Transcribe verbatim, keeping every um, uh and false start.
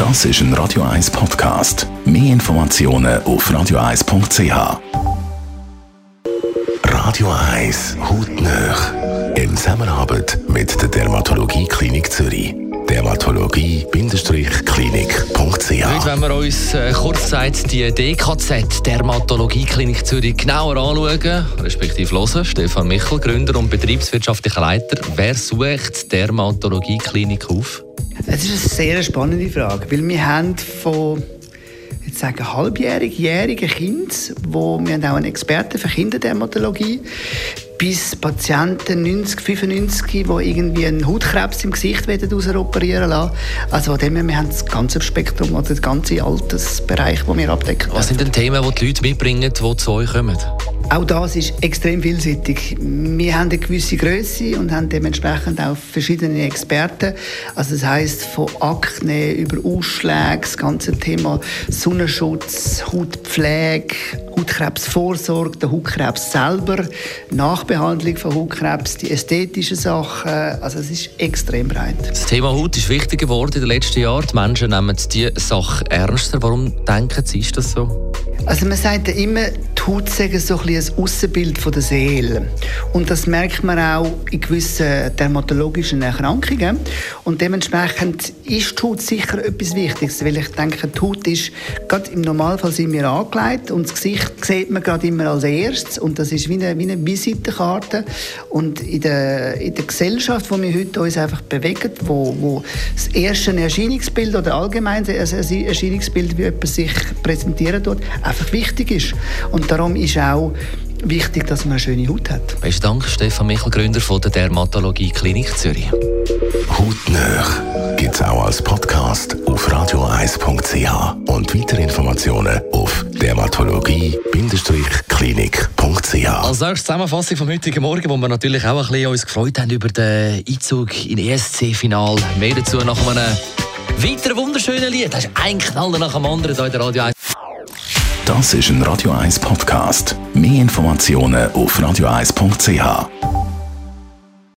Das ist ein Radio eins Podcast. Mehr Informationen auf radio eins punkt c h. Radio eins Hautnöch. In Zusammenarbeit mit der Dermatologie Klinik Zürich. dermatologie Klinik punkt c h. Heute wollen wir uns äh, kurz gesagt die D K Z, Dermatologie Klinik Zürich, genauer anschauen, respektive hören. Stefan Michel, Gründer und betriebswirtschaftlicher Leiter. Wer sucht Dermatologie Klinik auf? Es ist eine sehr spannende Frage, weil wir haben von jetzt sagen halbjährig, jährigen Kindern, wo wir haben auch einen Experten für Kinderdermatologie, bis Patienten neunzig, fünfundneunzig, die irgendwie einen Hautkrebs im Gesicht operieren lassen. Also wir haben das ganze Spektrum, oder den ganzen Altersbereich, den wir abdecken. Was sind denn Themen, die die Leute mitbringen, die zu euch kommen? Auch das ist extrem vielseitig. Wir haben eine gewisse Grösse und haben dementsprechend auch verschiedene Experten. Also das heisst, von Akne über Ausschläge, das ganze Thema Sonnenschutz, Hautpflege, Hautkrebsvorsorge, der Hautkrebs selber, Nachbehandlung von Hautkrebs, die ästhetischen Sachen. Also es ist extrem breit. Das Thema Haut ist wichtig geworden in den letzten Jahren. Die Menschen nehmen diese Sache ernster. Warum denken Sie, ist das so? Also man sagt ja immer, die Haut sei so ein, ein Aussenbild von der Seele. Und das merkt man auch in gewissen dermatologischen Erkrankungen. Und dementsprechend ist die Haut sicher etwas Wichtiges, weil ich denke, die Haut ist, gerade im Normalfall sind wir angelegt und das Gesicht sieht man gerade immer als erstes und das ist wie eine, wie eine Visitenkarte. Und in der, in der Gesellschaft, wo wir heute uns einfach bewegen, wo, wo das erste Erscheinungsbild oder allgemein das Erscheinungsbild, wie jemand sich präsentieren tut, einfach wichtig ist. Und darum ist auch wichtig, dass man eine schöne Haut hat. Besten Dank, Stefan Michel, Gründer von der Dermatologie Klinik Zürich. Hautnöch gibt es auch als Podcast auf radio eins punkt c h und weitere Informationen auf dermatologie Klinik punkt c h. Als nächstes Zusammenfassung vom heutigen Morgen, wo wir natürlich auch ein bisschen uns gefreut haben über den Einzug in E S C-Final. Mehr dazu nach einem weiteren wunderschönen Lied. Das ist ein Knaller nach dem anderen hier in der Radio eins. Das ist ein Radio eins Podcast. Mehr Informationen auf radio eins punkt c h.